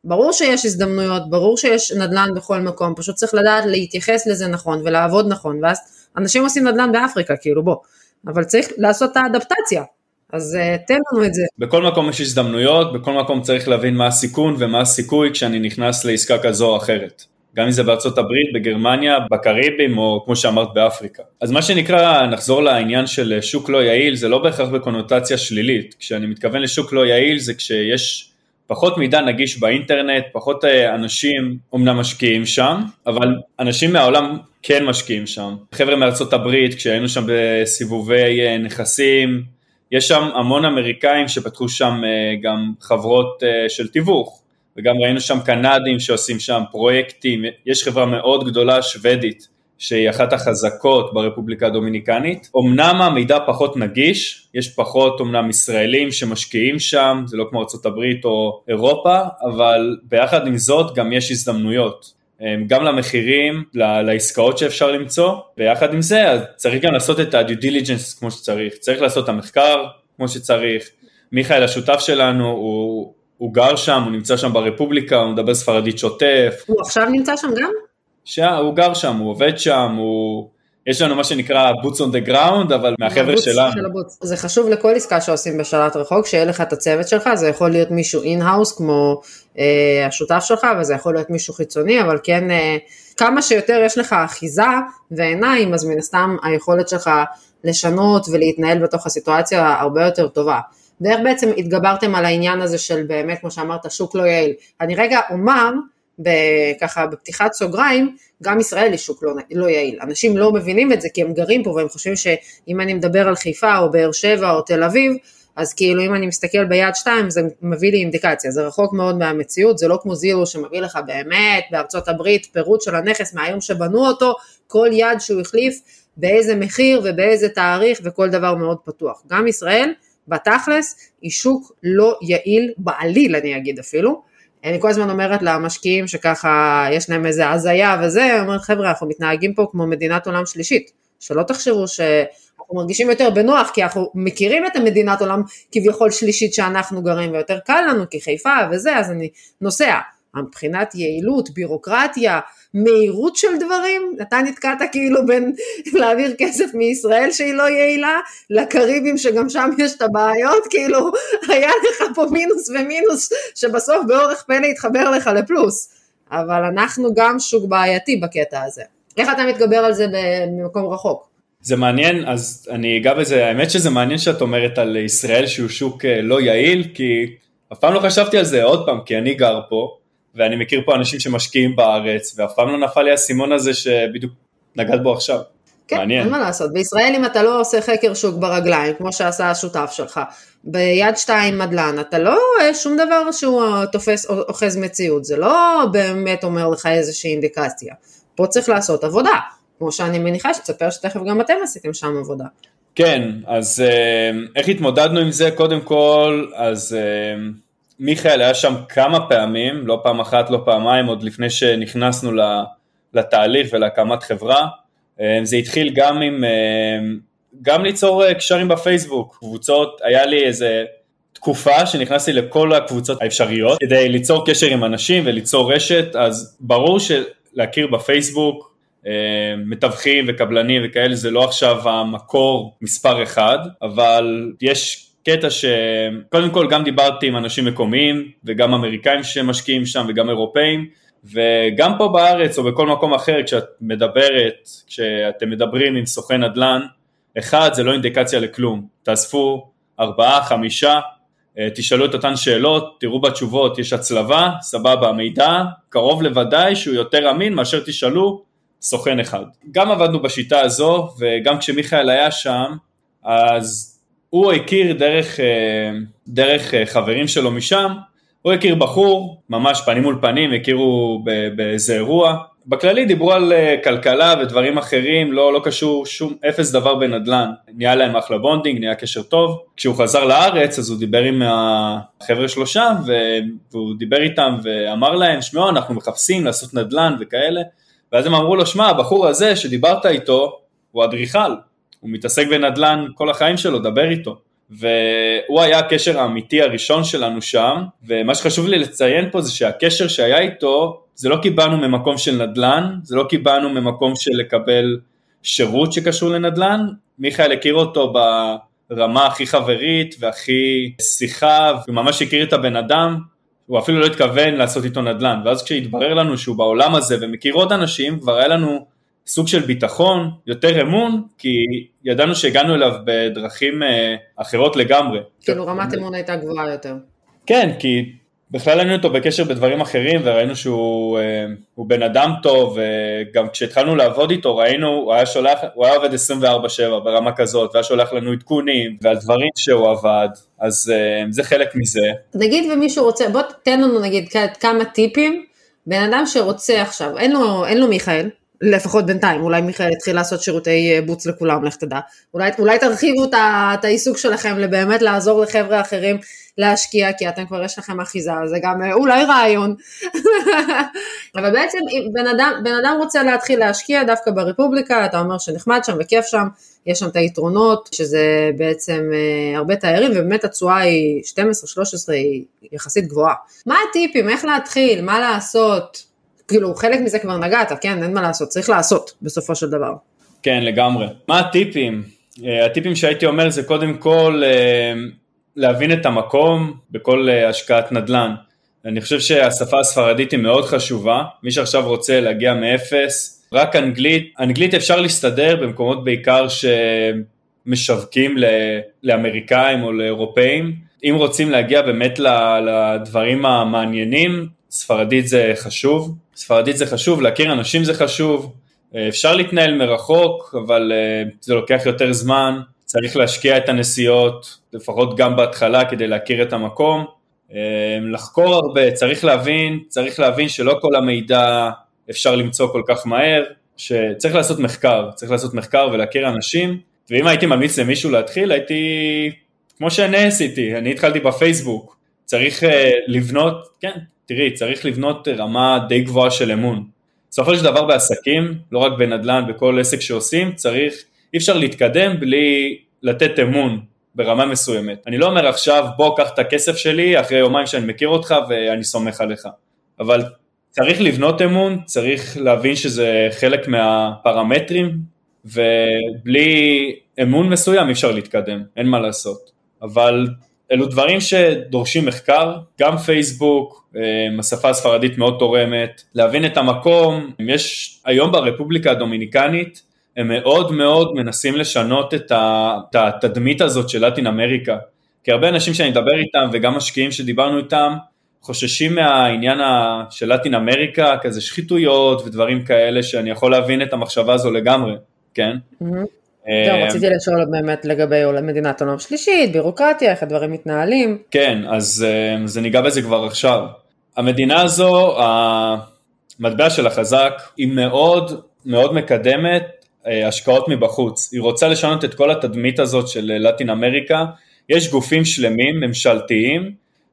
ברור שיש הזדמנויות, ברור שיש נדל"ן בכל מקום, פשוט צריך לדעת להתייחס לזה נכון ולעבוד נכון, ואז אנשים עושים נדל"ן באפריקה, כאילו בוא, אבל צריך לעשות את האדפטציה, אז תן לנו את זה. בכל מקום יש הזדמנויות, בכל מקום צריך להבין מה הסיכון ומה הסיכוי כשאני נכנס לעסקה כזו או אחרת. גם אם זה בארצות הברית, בגרמניה, בקריבים, או כמו שאמרת באפריקה. אז מה שנקרא, נחזור לעניין של שוק לא יעיל, זה לא בהכרח בקונוטציה שלילית. כשאני מתכוון לשוק לא יעיל, זה כשיש פחות מידע נגיש באינטרנט, פחות אנשים אומנם משקיעים שם, אבל אנשים מהעולם כן משקיעים שם. חבר'ה מארצות הברית, כשהיינו שם בסיבובי נכסים, יש שם המון אמריקאים שפתחו שם גם חברות של תיווך. וגם ראינו שם קנדים שעושים שם פרויקטים, יש חברה מאוד גדולה שוודית, שהיא אחת החזקות ברפובליקה הדומיניקנית, אמנם המידע פחות נגיש, יש פחות אמנם ישראלים שמשקיעים שם, זה לא כמו ארצות הברית או אירופה, אבל ביחד עם זאת גם יש הזדמנויות, גם למחירים, לעסקאות שאפשר למצוא, ביחד עם זה צריך גם לעשות את ה-due diligence כמו שצריך, צריך לעשות את המחקר כמו שצריך, מיכאל השותף שלנו הוא הוא גר שם, הוא נמצא שם ברפובליקה, הוא מדבר ספרדית שוטף. הוא עכשיו נמצא שם גם? שע, הוא גר שם, הוא עובד שם, הוא... יש לנו מה שנקרא boots on the ground, אבל מהחבר'ה שלנו. של זה חשוב לכל עסקה שעושים בשלט רחוק, שיהיה לך את הצוות שלך, זה יכול להיות מישהו in-house כמו אה, השותף שלך, וזה יכול להיות מישהו חיצוני, אבל כן, אה, כמה שיותר יש לך אחיזה ועיניים, אז מן הסתם היכולת שלך לשנות ולהתנהל בתוך הסיטואציה הרבה יותר טובה. ואיך בעצם התגברתם על העניין הזה של באמת, כמו שאמרת, שוק לא יעיל. אני רגע אומר, ככה בפתיחת סוגריים, גם ישראל היא שוק לא, לא יעיל. אנשים לא מבינים את זה, כי הם גרים פה, והם חושבים שאם אני מדבר על חיפה, או באר שבע, או תל אביב, אז כאילו אם אני מסתכל ביד שתיים, זה מביא לי אינדיקציה. זה רחוק מאוד מהמציאות, זה לא כמו זילו שמביא לך באמת, בארצות הברית, פירוט של הנכס, מהיום שבנו אותו, כל יד שהוא החליף, באיזה מחיר, ובאיזה תאריך, וכל דבר מאוד פתוח. גם ישראל, בתכלס, היא שוק לא יעיל בעליל, אני אגיד אפילו. אני כל הזמן אומרת למשקיעים שככה יש להם איזה הזיה וזה, אומרת חבר'ה, אנחנו מתנהגים פה כמו מדינת עולם שלישית, שלא תחשבו שאנחנו מרגישים יותר בנוח, כי אנחנו מכירים את המדינת עולם כביכול שלישית שאנחנו גרים, ויותר קל לנו כחיפה וזה, אז אני נוסע. מבחינת יעילות, בירוקרטיה, מהירות של דברים, אתה נתקעת כאילו בין להעביר כסף מישראל שהיא לא יעילה, לקריבים שגם שם יש את הבעיות, כאילו היה לך פה מינוס ומינוס, שבסוף באורך פלא יתחבר לך לפלוס, אבל אנחנו גם שוק בעייתי בקטע הזה. איך אתה מתגבר על זה במקום רחוק? זה מעניין, אז אני אגע בזה, האמת שזה מעניין שאת אומרת על ישראל שהוא שוק לא יעיל, כי אף פעם לא חשבתי על זה עוד פעם, כי אני גר פה, ואני מכיר פה אנשים שמשקיעים בארץ, ואף פעם לא נפל לי הסימון הזה שבדיוק נגעת בו עכשיו. כן, מעניין. אין מה לעשות. בישראל אם אתה לא עושה חקר שוק ברגליים, כמו שעשה השותף שלך, ביד שתיים מדלן, אתה לא רואה שום דבר שהוא תופס או אוחז מציאות, זה לא באמת אומר לך איזושהי אינדיקציה. פה צריך לעשות עבודה, כמו שאני מניחה שתספר שתכף גם אתם עשיתם שם עבודה. כן, אז איך התמודדנו עם זה? קודם כל, אז מיכאל היה שם כמה פעמים, לא פעם אחת, לא פעמיים, עוד לפני שנכנסנו לתהליך ולהקמת חברה. זה התחיל גם עם, גם ליצור קשרים בפייסבוק, קבוצות, היה לי איזה תקופה שנכנסתי לכל הקבוצות האפשריות, כדי ליצור קשר עם אנשים וליצור רשת, אז ברור שלהכיר בפייסבוק, מתווכים וקבלנים וכאלה, זה לא עכשיו המקור מספר אחד, אבל יש קטע שקודם כל גם דיברתי עם אנשים מקומיים, וגם אמריקאים שמשקיעים שם, וגם אירופאים, וגם פה בארץ או בכל מקום אחר, כשאת מדברת, כשאתם מדברים עם סוכן נדל"ן, אחד, זה לא אינדיקציה לכלום, תאספו ארבעה, חמישה, תשאלו את אותן שאלות, תראו בתשובות, יש הצלבה, סבבה, המידע, קרוב לוודאי שהוא יותר אמין, מאשר תשאלו סוכן אחד. גם עבדנו בשיטה הזו, וגם כשמיכאל היה שם, אז הוא הכיר דרך, דרך חברים שלו משם, הוא הכיר בחור, ממש פנים מול פנים, הכירו באיזה אירוע, בכללי דיברו על כלכלה ודברים אחרים, לא, לא קשור שום אפס דבר בנדל"ן, נהיה להם אחלה בונדינג, נהיה קשר טוב, כשהוא חזר לארץ, אז הוא דיבר עם החבר'ה שלו שם, והוא דיבר איתם ואמר להם, שמעו, אנחנו מחפשים לעשות נדל"ן וכאלה, ואז הם אמרו לו, שמע, הבחור הזה שדיברת איתו, הוא אדריכל, הוא מתעסק בנדל"ן כל החיים שלו, דבר איתו, והוא היה הקשר האמיתי הראשון שלנו שם, ומה שחשוב לי לציין פה זה שהקשר שהיה איתו, זה לא קיבלנו ממקום של נדל"ן, זה לא קיבלנו ממקום של לקבל שירות שקשור לנדל"ן, מיכאל הכיר אותו ברמה הכי חברית והכי שיחה, וממש הכיר את הבן אדם, הוא אפילו לא התכוון לעשות איתו נדל"ן, ואז כשהתברר לנו שהוא בעולם הזה ומכיר עוד אנשים, כבר היה לנו סוג של ביטחון, יותר אמון, כי ידענו שהגענו אליו בדרכים אחרות לגמרי. כאילו רמת אמון הייתה גבוהה יותר. כן, כי בכלל היינו איתו בקשר בדברים אחרים, וראינו שהוא הוא בן אדם טוב, וגם כשהתחלנו לעבוד איתו, ראינו, הוא היה שולח, הוא היה עובד עשרים וארבע שבע ברמה כזאת, והיה שולח לנו עדכונים, ועל דברים שהוא עבד, אז זה חלק מזה. נגיד ומישהו רוצה, בוא תן לנו נגיד כמה טיפים, בן אדם שרוצה עכשיו, אין לו, אין לו מיכאל, לפחות בינתיים, אולי מיכאל התחיל לעשות שירותי בוץ לכולם, לך תדע. אולי, אולי תרחיבו את העיסוק שלכם לבאמת לעזור לחבר'ה אחרים להשקיע, כי אתם כבר יש לכם אחיזה, זה גם אולי רעיון. אבל בעצם בן אדם, בן אדם רוצה להתחיל להשקיע דווקא ברפובליקה, אתה אומר שנחמד שם וכיף שם, יש שם את היתרונות, שזה בעצם הרבה תיירים, ובאמת התשואה היא שתים עשרה שלוש עשרה היא יחסית גבוהה. מה הטיפים, איך להתחיל, מה לעשות? כאילו, חלק מזה כבר נגעת, כן, אין מה לעשות, צריך לעשות בסופו של דבר. כן, לגמרי. מה הטיפים? הטיפים שהייתי אומר זה קודם כל להבין את המקום בכל השקעת נדל"ן. אני חושב שהשפה הספרדית היא מאוד חשובה, מי שעכשיו רוצה להגיע מאפס, רק אנגלית, אנגלית אפשר להסתדר במקומות בעיקר שמשווקים לאמריקאים או לאירופאים, אם רוצים להגיע באמת לדברים המעניינים, ספרדית זה חשוב, ספרדית זה חשוב, להכיר אנשים זה חשוב, אפשר להתנהל מרחוק, אבל זה לוקח יותר זמן, צריך להשקיע את הנסיעות, לפחות גם בהתחלה כדי להכיר את המקום, לחקור הרבה, צריך להבין, צריך להבין שלא כל המידע אפשר למצוא כל כך מהר, שצריך לעשות מחקר, צריך לעשות מחקר ולהכיר אנשים, ואם הייתי ממליץ למישהו להתחיל, הייתי כמו שאני עשיתי, אני התחלתי בפייסבוק, צריך לבנות, כן, תראי, צריך לבנות רמה די גבוהה של אמון. בסופו של דבר בעסקים, לא רק בנדל"ן, בכל עסק שעושים, צריך, אי אפשר להתקדם בלי לתת אמון ברמה מסוימת. אני לא אומר עכשיו, בוא קח את הכסף שלי, אחרי יומיים שאני מכיר אותך ואני סומך עליך. אבל צריך לבנות אמון, צריך להבין שזה חלק מהפרמטרים, ובלי אמון מסוים אי אפשר להתקדם, אין מה לעשות. אבל אלו דברים שדורשים מחקר, גם פייסבוק, השפה הספרדית מאוד תורמת, להבין את המקום, יש היום ברפובליקה הדומיניקנית, הם מאוד מאוד מנסים לשנות את התדמית הזאת של לטין אמריקה, כי הרבה אנשים שאני מדבר איתם וגם משקיעים שדיברנו איתם, חוששים מהעניין של לטין אמריקה, כזה שחיתויות ודברים כאלה, שאני יכול להבין את המחשבה הזו לגמרי, כן? גם רציתי לשאול באמת לגבי מדינת עולם שלישית, בירוקרטיה, איך הדברים מתנהלים. כן, אז זה ניגע בזה כבר עכשיו. המדינה הזו, המטבע של החזק, היא מאוד מאוד מקדמת השקעות מבחוץ. היא רוצה לשנות את כל התדמית הזאת של לטין אמריקה. יש גופים שלמים, ממשלתיים,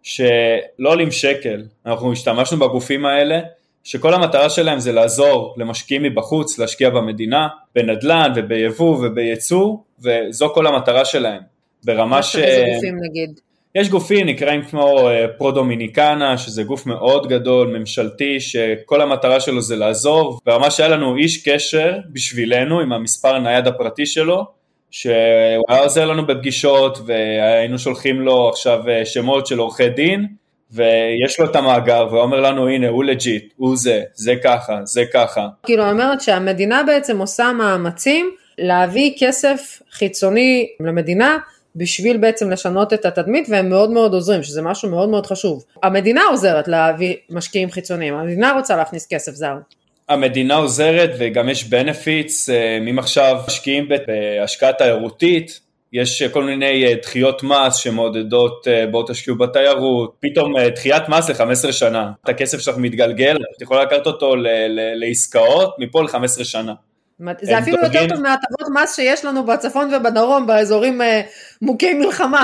שלא עולים שקל. אנחנו השתמשנו בגופים האלה, שכל המטרה שלהם זה לעזור למשקיעים מבחוץ, להשקיע במדינה, בנדל"ן וביבוא ובייצוא, וזו כל המטרה שלהם. ברמה ש... איזה גופים נגיד? יש גופים נקראים כמו פרו-דומיניקנה, שזה גוף מאוד גדול, ממשלתי, שכל המטרה שלו זה לעזור, ברמה שהיה לנו איש קשר בשבילנו, עם המספר הנייד הפרטי שלו, שהוא היה עוזר לנו בפגישות, והיינו שולחים לו עכשיו שמות של עורכי דין, ויש לו את המאגר, והוא אומר לנו, הנה, הוא לג'יט, הוא זה, זה ככה, זה ככה. כאילו, אומרת שהמדינה בעצם עושה מאמצים, להביא כסף חיצוני למדינה, בשביל בעצם לשנות את התדמית, והם מאוד מאוד עוזרים, שזה משהו מאוד מאוד חשוב. המדינה עוזרת להביא משקיעים חיצוניים, המדינה רוצה להכניס כסף זר. המדינה עוזרת, וגם יש בנפיץ, אם עכשיו משקיעים בהשקעה תיירותית, יש כל מיני דחיות מס שמעודדות בואו תשקיעו בתיירות, פתאום דחיית מס ל-חמש עשרה שנה, את הכסף שלך מתגלגל, את יכולה לקחת אותו לעסקאות, מפה ל-חמש עשרה שנה. זה אפילו יותר טוב מהטבות מס שיש לנו בצפון ובדרום, באזורים מוכי מלחמה.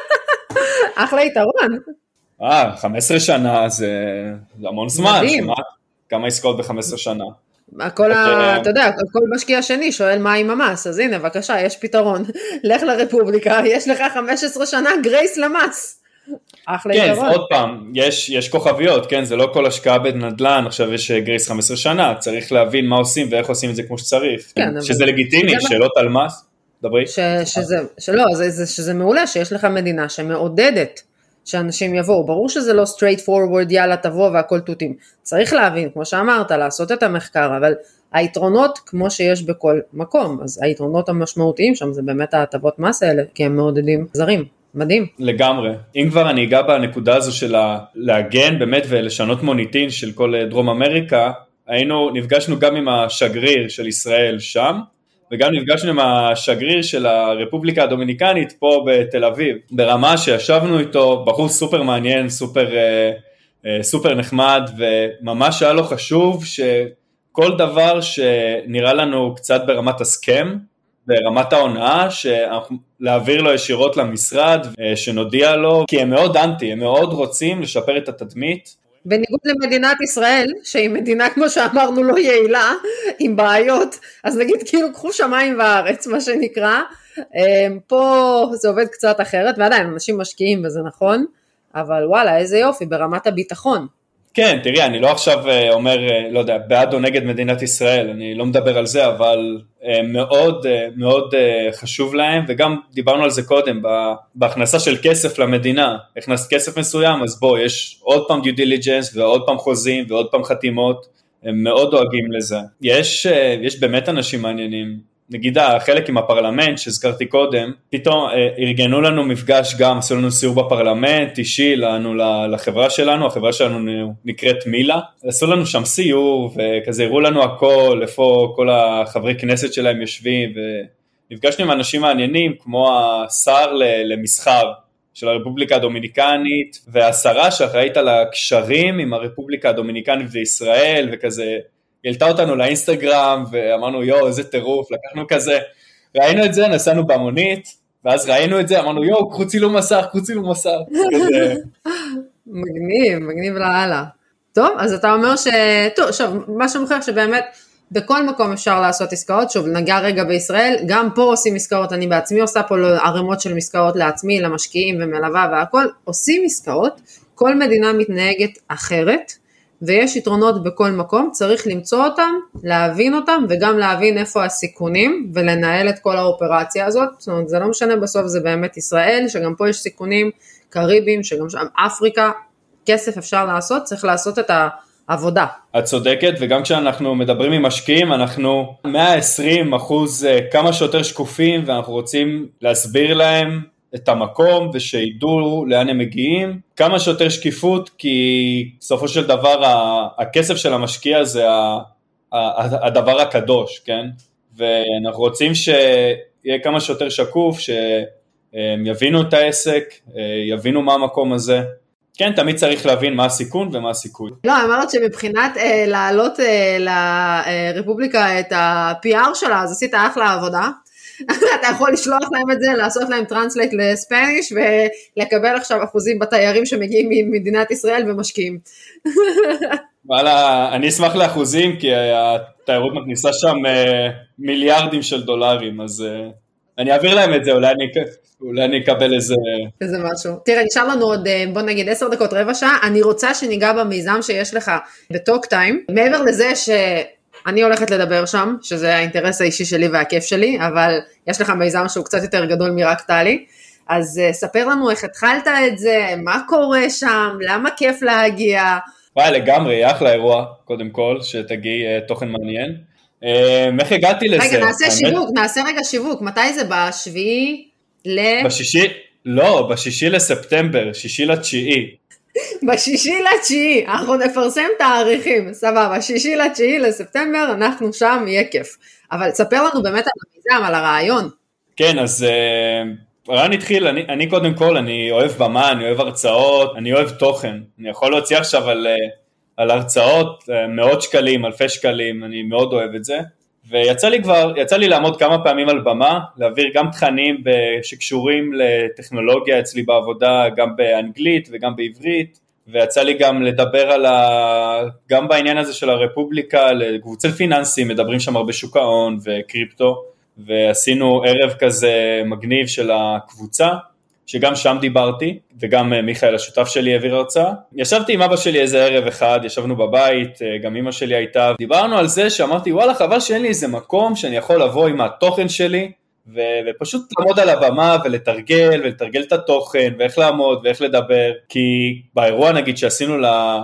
אחלה יתרון. אה, חמש עשרה שנה זה המון זמן, כמה עסקאות ב-חמש עשרה שנה. הכל, ה... אתה יודע, כל משקיע שני שואל מה עם המס, אז הנה, בבקשה, יש פתרון. לך לרפובליקה, יש לך חמש עשרה שנה גרייס למס. אחלה כן, יתרון. עוד פעם, יש, יש כוכביות, כן, זה לא כל השקעה בנדל"ן, עכשיו יש גרייס חמש עשרה שנה, צריך להבין מה עושים ואיך עושים את זה כמו שצריך. כן, שזה אבל... לגיטימי, שזה... שאלות על מס, דברי. ש... שזה, שלא, זה, זה, שזה מעולה, שיש לך מדינה שמעודדת שאנשים יבואו, ברור שזה לא straight forward, יאללה תבוא והכל תותים, צריך להבין, כמו שאמרת, לעשות את המחקר, אבל היתרונות כמו שיש בכל מקום, אז היתרונות המשמעותיים שם זה באמת ההטבות מס האלה, כי הם מעודדים זרים, מדהים. לגמרי, אם כבר אני אגע בנקודה הזו של להגן באמת ולשנות מוניטין של כל דרום אמריקה, היינו, נפגשנו גם עם השגריר של ישראל שם, וגם נפגשנו עם השגריר של הרפובליקה הדומיניקנית פה בתל אביב, ברמה שישבנו איתו, בחור סופר מעניין, סופר, סופר נחמד, וממש היה לו חשוב שכל דבר שנראה לנו קצת ברמת הסכם, ברמת ההונאה, להעביר לו ישירות למשרד, שנודיע לו, כי הם מאוד אנטי, הם מאוד רוצים לשפר את התדמית, בניגוד למדינת ישראל, שהיא מדינה כמו שאמרנו לא יעילה, עם בעיות, אז נגיד כאילו קחו שמיים וארץ, מה שנקרא, פה זה עובד קצת אחרת, ועדיין אנשים משקיעים וזה נכון, אבל וואלה איזה יופי ברמת הביטחון. כן, תראי, אני לא עכשיו אומר, לא יודע, בעד או נגד מדינת ישראל, אני לא מדבר על זה, אבל מאוד מאוד חשוב להם, וגם דיברנו על זה קודם, בהכנסה של כסף למדינה, הכנסת כסף מסוים, אז בוא, יש עוד פעם due diligence, ועוד פעם חוזים, ועוד פעם חתימות, הם מאוד דואגים לזה. יש, יש באמת אנשים מעניינים, נגיד החלק עם הפרלמנט שהזכרתי קודם, פתאום ארגנו לנו מפגש גם, עשו לנו סיור בפרלמנט, אישי לנו לחברה שלנו, החברה שלנו נקראת מילה, עשו לנו שם סיור וכזה הראו לנו הכל, איפה כל החברי כנסת שלהם יושבים, ונפגשנו עם אנשים מעניינים כמו השר למסחר של הרפובליקה הדומיניקנית, והשרה שאחראית על הקשרים עם הרפובליקה הדומיניקנית וישראל וכזה, העלתה אותנו לאינסטגרם, ואמרנו, יו, איזה טירוף, לקחנו כזה, ראינו את זה, נסענו במונית, ואז ראינו את זה, אמרנו, יו, קחו צילום מסך, קחו צילום מסך, כזה. מגניב, מגניב להלאה. טוב, אז אתה אומר ש... טוב, עכשיו, מה שמוכר שבאמת, בכל מקום אפשר לעשות עסקאות, שוב, נגע רגע בישראל, גם פה עושים עסקאות, אני בעצמי עושה פה ערימות של עסקאות לעצמי, למשקיעים ומלווה והכל, עושים עסקאות, כל מדינה מתנהגת אחרת, ויש יתרונות בכל מקום, צריך למצוא אותם, להבין אותם, וגם להבין איפה הסיכונים, ולנהל את כל האופרציה הזאת, זאת אומרת, זה לא משנה בסוף, זה באמת ישראל, שגם פה יש סיכונים קריבים, שגם שם אפריקה, כסף אפשר לעשות, צריך לעשות את העבודה. את צודקת, וגם כשאנחנו מדברים עם משקיעים, אנחנו מאה ועשרים אחוז כמה שיותר שקופים, ואנחנו רוצים להסביר להם, את המקום ושידעו לאן הם מגיעים, כמה שיותר שקיפות, כי בסופו של דבר הכסף של המשקיע זה הדבר הקדוש, כן? ואנחנו רוצים שיהיה כמה שיותר שקוף, שהם יבינו את העסק, יבינו מה המקום הזה. כן, תמיד צריך להבין מה הסיכון ומה הסיכוי. לא, אמרת שמבחינת אה, לעלות אה, לרפובליקה את ה-פי אר שלה, אז עשית אחלה עבודה. אתה יכול לשלוח להם את זה, לעשות להם טרנסלייט לספניש, ולקבל עכשיו אחוזים בתיירים שמגיעים ממדינת ישראל ומשקיעים. וואלה, אני אשמח לאחוזים, כי התיירות מכניסה שם מיליארדים של דולרים, אז אני אעביר להם את זה, אולי אני, אולי אני אקבל איזה... איזה משהו. תראה, נשאר לנו עוד, בוא נגיד, עשר דקות, רבע שעה, אני רוצה שניגע במיזם שיש לך בטוק טיים, מעבר לזה ש... אני הולכת לדבר שם, שזה האינטרס האישי שלי והכיף שלי, אבל יש לך מיזם שהוא קצת יותר גדול מרק טלי, אז uh, ספר לנו איך התחלת את זה, מה קורה שם, למה כיף להגיע. וואי, לגמרי, אחלה אירוע, קודם כל, שתגיעי uh, תוכן מעניין. Uh, איך הגעתי לזה? רגע, נעשה האמת? שיווק, נעשה רגע שיווק, מתי זה? בשביעי ל... בשישי, לא, בשישי לספטמבר, שישי לתשיעי. בשישי לתשיעי, אנחנו נפרסם תאריכים, סבבה, שישי לתשיעי לספטמבר, אנחנו שם, יהיה כיף. אבל תספר לנו באמת על המיזם, על הרעיון. כן, אז הרעיון התחיל, אני, אני קודם כל, אני אוהב במה, אני אוהב הרצאות, אני אוהב תוכן. אני יכול להוציא עכשיו על, על הרצאות, מאות שקלים, אלפי שקלים, אני מאוד אוהב את זה. ויצא לי כבר, יצא לי לעמוד כמה פעמים על במה, להעביר גם תכנים שקשורים לטכנולוגיה אצלי בעבודה, גם באנגלית וגם בעברית, ויצא לי גם לדבר על ה... גם בעניין הזה של הרפובליקה, לקבוצי פיננסים, מדברים שם הרבה שוק ההון וקריפטו, ועשינו ערב כזה מגניב של הקבוצה, שגם שם דיברתי, וגם מיכאל השותף שלי העביר הרצאה. ישבתי עם אבא שלי איזה ערב אחד, ישבנו בבית, גם אמא שלי הייתה, דיברנו על זה שאמרתי, וואלה, חבל שאין לי איזה מקום שאני יכול לבוא עם התוכן שלי, ו- ופשוט לעמוד על הבמה ולתרגל, ולתרגל את התוכן, ואיך לעמוד ואיך לדבר, כי באירוע נגיד שעשינו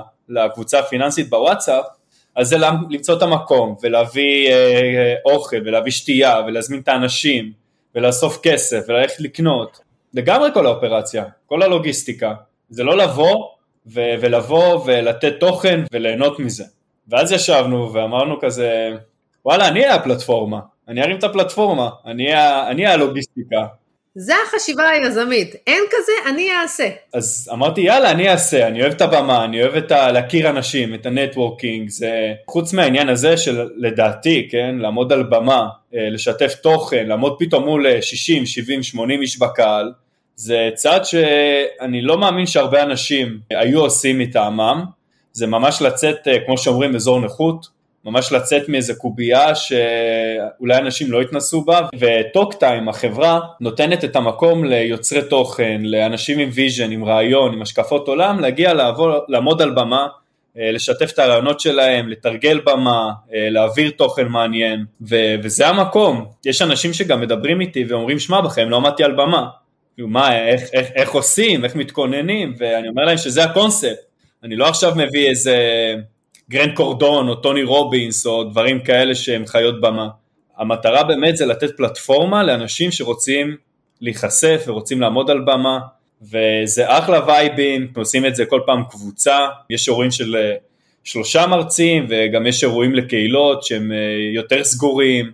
לקבוצה הפיננסית בוואטסאפ, אז זה למצוא את המקום, ולהביא אה, אוכל, ולהביא שתייה, ולהזמין את האנשים, ולאסוף כסף, וללכת לקנות. לגמרי כל האופרציה, כל הלוגיסטיקה. זה לא לבוא, ו- ולבוא ולתת תוכן, וליהנות מזה. ואז ישבנו ואמרנו כזה, וואלה, אני אהיה הפלטפורמה, אני ארים את הפלטפורמה, אני אהיה הלוגיסטיקה. זה החשיבה היזמית, אין כזה, אני אעשה. אז אמרתי, יאללה, אני אעשה, אני אוהב את הבמה, אני אוהב את ה- להכיר אנשים, את הנטוורקינג, זה חוץ מהעניין הזה של לדעתי, כן, לעמוד על במה, לשתף תוכן, לעמוד פתאום מול שישים, שבעים, שמונים איש בקהל, זה צעד שאני לא מאמין שהרבה אנשים היו עושים מטעמם, זה ממש לצאת, כמו שאומרים, אזור נוחות, ממש לצאת מאיזה קובייה שאולי אנשים לא התנסו בה, וטוקטיים, החברה, נותנת את המקום ליוצרי תוכן, לאנשים עם ויז'ן, עם רעיון, עם השקפות עולם, להגיע לעבור, לעמוד על במה, לשתף את הרעיונות שלהם, לתרגל במה, להעביר תוכן מעניין, ו- וזה המקום. יש אנשים שגם מדברים איתי ואומרים, שמע בכם, לא עמדתי על במה. מה, איך, איך, איך עושים, איך מתכוננים, ואני אומר להם שזה הקונספט. אני לא עכשיו מביא איזה גרנד קורדון או טוני רובינס או דברים כאלה שהם חיות במה. המטרה באמת זה לתת פלטפורמה לאנשים שרוצים להיחשף ורוצים לעמוד על במה, וזה אחלה וייבים, עושים את זה כל פעם קבוצה, יש אירועים של שלושה מרצים וגם יש אירועים לקהילות שהם יותר סגורים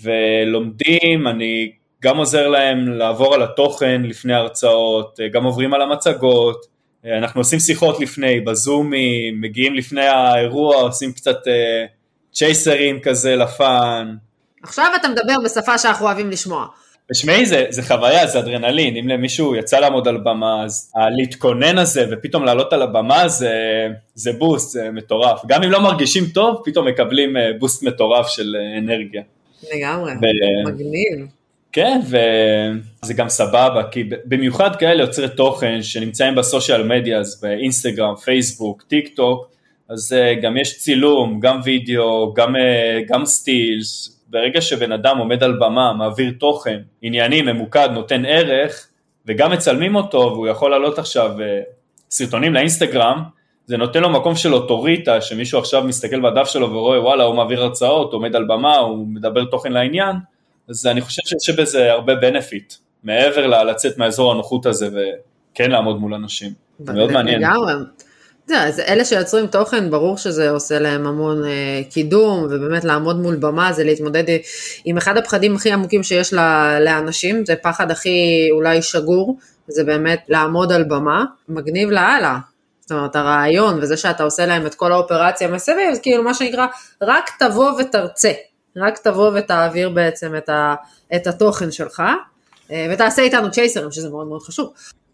ולומדים, אני גם עוזר להם לעבור על התוכן לפני הרצאות, גם עוברים על המצגות, אנחנו עושים שיחות לפני, בזומים, מגיעים לפני האירוע, עושים קצת צ'ייסרים כזה לפן. עכשיו אתה מדבר בשפה שאנחנו אוהבים לשמוע. ושמעי, זה, זה חוויה, זה אדרנלין, אם למישהו יצא לעמוד על במה, אז להתכונן הזה ופתאום לעלות על הבמה, זה, זה בוסט, זה מטורף. גם אם לא מרגישים טוב, פתאום מקבלים בוסט מטורף של אנרגיה. לגמרי, ו... מגניב. כן, וזה גם סבבה, כי במיוחד כאלה יוצרי תוכן שנמצאים בסושיאל מדיה, אז באינסטגרם, פייסבוק, טיק טוק, אז גם יש צילום, גם וידאו, גם, גם סטילס, ברגע שבן אדם עומד על במה, מעביר תוכן, ענייני, ממוקד, נותן ערך, וגם מצלמים אותו, והוא יכול לעלות עכשיו סרטונים לאינסטגרם, זה נותן לו מקום של אוטוריטה, שמישהו עכשיו מסתכל בדף שלו ורואה, וואלה, הוא מעביר הרצאות, הוא עומד על במה, הוא מדבר תוכן לעניין, אז אני חושב שיש בזה הרבה בנפיט, מעבר לצאת מהאזור הנוחות הזה, וכן לעמוד מול אנשים. זה מאוד מעניין. אז אלה שיוצרים תוכן, ברור שזה עושה להם המון אה, קידום, ובאמת לעמוד מול במה, זה להתמודד עם אחד הפחדים הכי עמוקים שיש לה, לאנשים, זה פחד הכי אולי שגור, זה באמת לעמוד על במה, מגניב להלאה, זאת אומרת הרעיון, וזה שאתה עושה להם את כל האופרציה מסביב, זה כאילו מה שנקרא, רק תבוא ותרצה, רק תבוא ותעביר בעצם את, ה, את התוכן שלך, אה, ותעשה איתנו צ'ייסרים, שזה מאוד מאוד חשוב.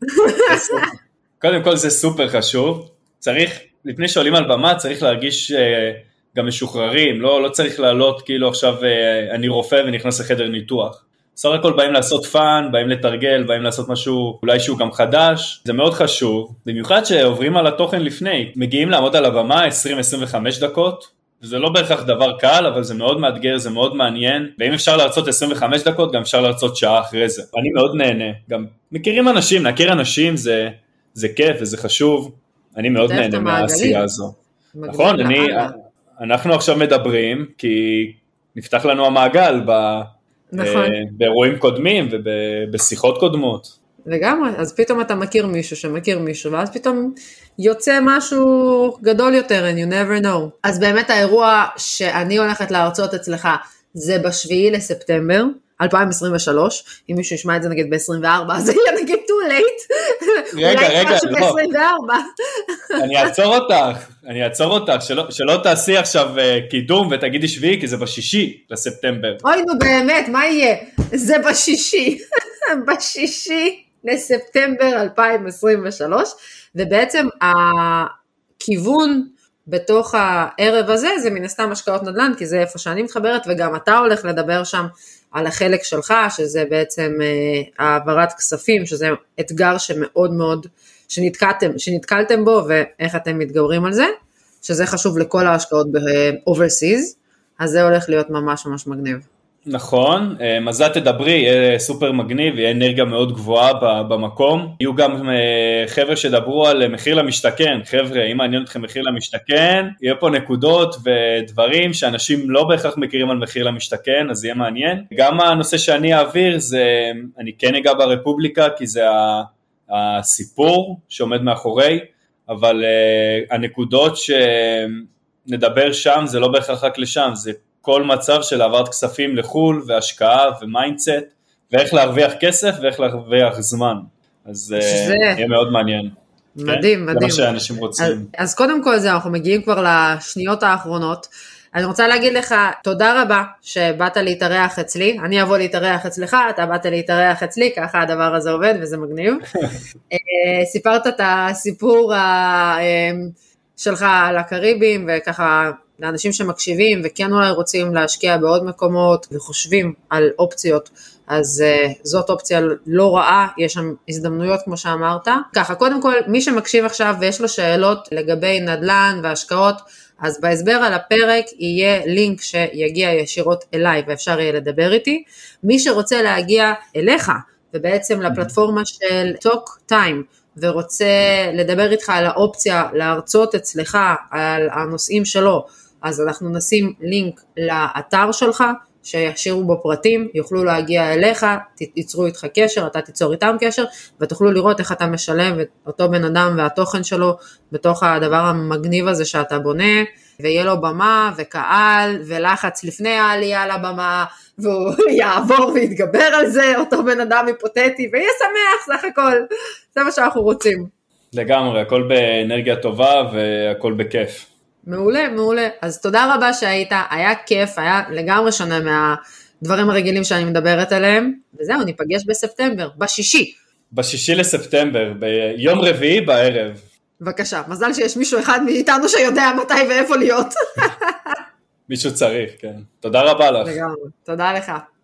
קודם כל זה סופר חשוב, צריך, לפני שעולים על במה, צריך להרגיש uh, גם משוחררים, לא, לא צריך לעלות כאילו עכשיו uh, אני רופא ונכנס לחדר ניתוח. סך הכל באים לעשות פן, באים לתרגל, באים לעשות משהו אולי שהוא גם חדש, זה מאוד חשוב, במיוחד שעוברים על התוכן לפני, מגיעים לעמוד על הבמה עשרים עד עשרים וחמש דקות, זה לא בהכרח דבר קל, אבל זה מאוד מאתגר, זה מאוד מעניין, ואם אפשר להרצות עשרים וחמש דקות, גם אפשר להרצות שעה אחרי זה. אני מאוד נהנה, גם מכירים אנשים, להכיר אנשים זה, זה כיף וזה חשוב, אני מאוד נהנה מהעשייה הזו. נכון, אני, אנחנו עכשיו מדברים, כי נפתח לנו המעגל באירועים קודמים ובשיחות קודמות. לגמרי, אז פתאום אתה מכיר מישהו שמכיר מישהו, ואז פתאום יוצא משהו גדול יותר, and you never know. אז באמת האירוע שאני הולכת להרצות אצלך, זה בשביעי לספטמבר, אלפיים עשרים ושלוש, אם מישהו ישמע את זה נגיד ב-עשרים וארבע, אז זה יהיה נגיד too late, רגע, רגע, לא, ב-עשרים וארבע. אני אעצור אותך, אני אעצור אותך, שלא, שלא תעשי עכשיו קידום ותגידי שביעי, כי זה בשישי לספטמבר. אוי נו באמת, מה יהיה? זה בשישי, בשישי. לספטמבר אלפיים עשרים ושלוש, ובעצם הכיוון בתוך הערב הזה, זה מן הסתם השקעות נדל"ן, כי זה איפה שאני מתחברת, וגם אתה הולך לדבר שם על החלק שלך, שזה בעצם אה, העברת כספים, שזה אתגר שמאוד מאוד, שנתקלתם, שנתקלתם בו, ואיך אתם מתגברים על זה, שזה חשוב לכל ההשקעות ב-overseas, אז זה הולך להיות ממש ממש מגניב. נכון, אז את תדברי, יהיה סופר מגניב, יהיה אנרגיה מאוד גבוהה במקום, יהיו גם חבר'ה שדברו על מחיר למשתכן, חבר'ה, אם מעניין אתכם מחיר למשתכן, יהיה פה נקודות ודברים שאנשים לא בהכרח מכירים על מחיר למשתכן, אז יהיה מעניין. גם הנושא שאני אעביר, זה, אני כן אגע ברפובליקה, כי זה הסיפור שעומד מאחורי, אבל הנקודות שנדבר שם, זה לא בהכרח רק לשם, זה כל מצב של העברת כספים לחול והשקעה ומיינדסט, ואיך להרוויח כסף ואיך להרוויח זמן. אז זה יהיה מאוד מעניין. מדהים, מדהים. זה מה שאנשים רוצים. אז, אז קודם כל זה, אנחנו מגיעים כבר לשניות האחרונות. אני רוצה להגיד לך תודה רבה שבאת להתארח אצלי, אני אבוא להתארח אצלך, אתה באת להתארח אצלי, ככה הדבר הזה עובד וזה מגניב. סיפרת את הסיפור שלך על הקריבים, וככה לאנשים שמקשיבים וכן אולי רוצים להשקיע בעוד מקומות וחושבים על אופציות, אז uh, זאת אופציה לא רעה, יש שם הזדמנויות כמו שאמרת. ככה, קודם כל, מי שמקשיב עכשיו ויש לו שאלות לגבי נדל"ן והשקעות, אז בהסבר על הפרק יהיה לינק שיגיע ישירות אליי ואפשר יהיה לדבר איתי. מי שרוצה להגיע אליך ובעצם לפלטפורמה של Talk Time, ורוצה לדבר איתך על האופציה להרצות אצלך על הנושאים שלו, אז אנחנו נשים לינק לאתר שלך, שישאירו בו פרטים, יוכלו להגיע אליך, ייצרו איתך קשר, אתה תיצור איתם קשר, ותוכלו לראות איך אתה משלם את אותו בן אדם והתוכן שלו, בתוך הדבר המגניב הזה שאתה בונה, ויהיה לו במה וקהל ולחץ לפני העלייה לבמה, והוא יעבור ויתגבר על זה, אותו בן אדם היפותטי, ויהיה שמח סך הכל, זה מה שאנחנו רוצים. לגמרי, הכל באנרגיה טובה והכל בכיף. מעולה, מעולה. אז תודה רבה שהיית, היה כיף, היה לגמרי שונה מהדברים הרגילים שאני מדברת עליהם, וזהו, ניפגש בספטמבר, בשישי. בשישי לספטמבר, ביום רביעי בערב. בבקשה, מזל שיש מישהו אחד מאיתנו שיודע מתי ואיפה להיות. מישהו צריך, כן. תודה רבה לך. לגמרי, תודה לך.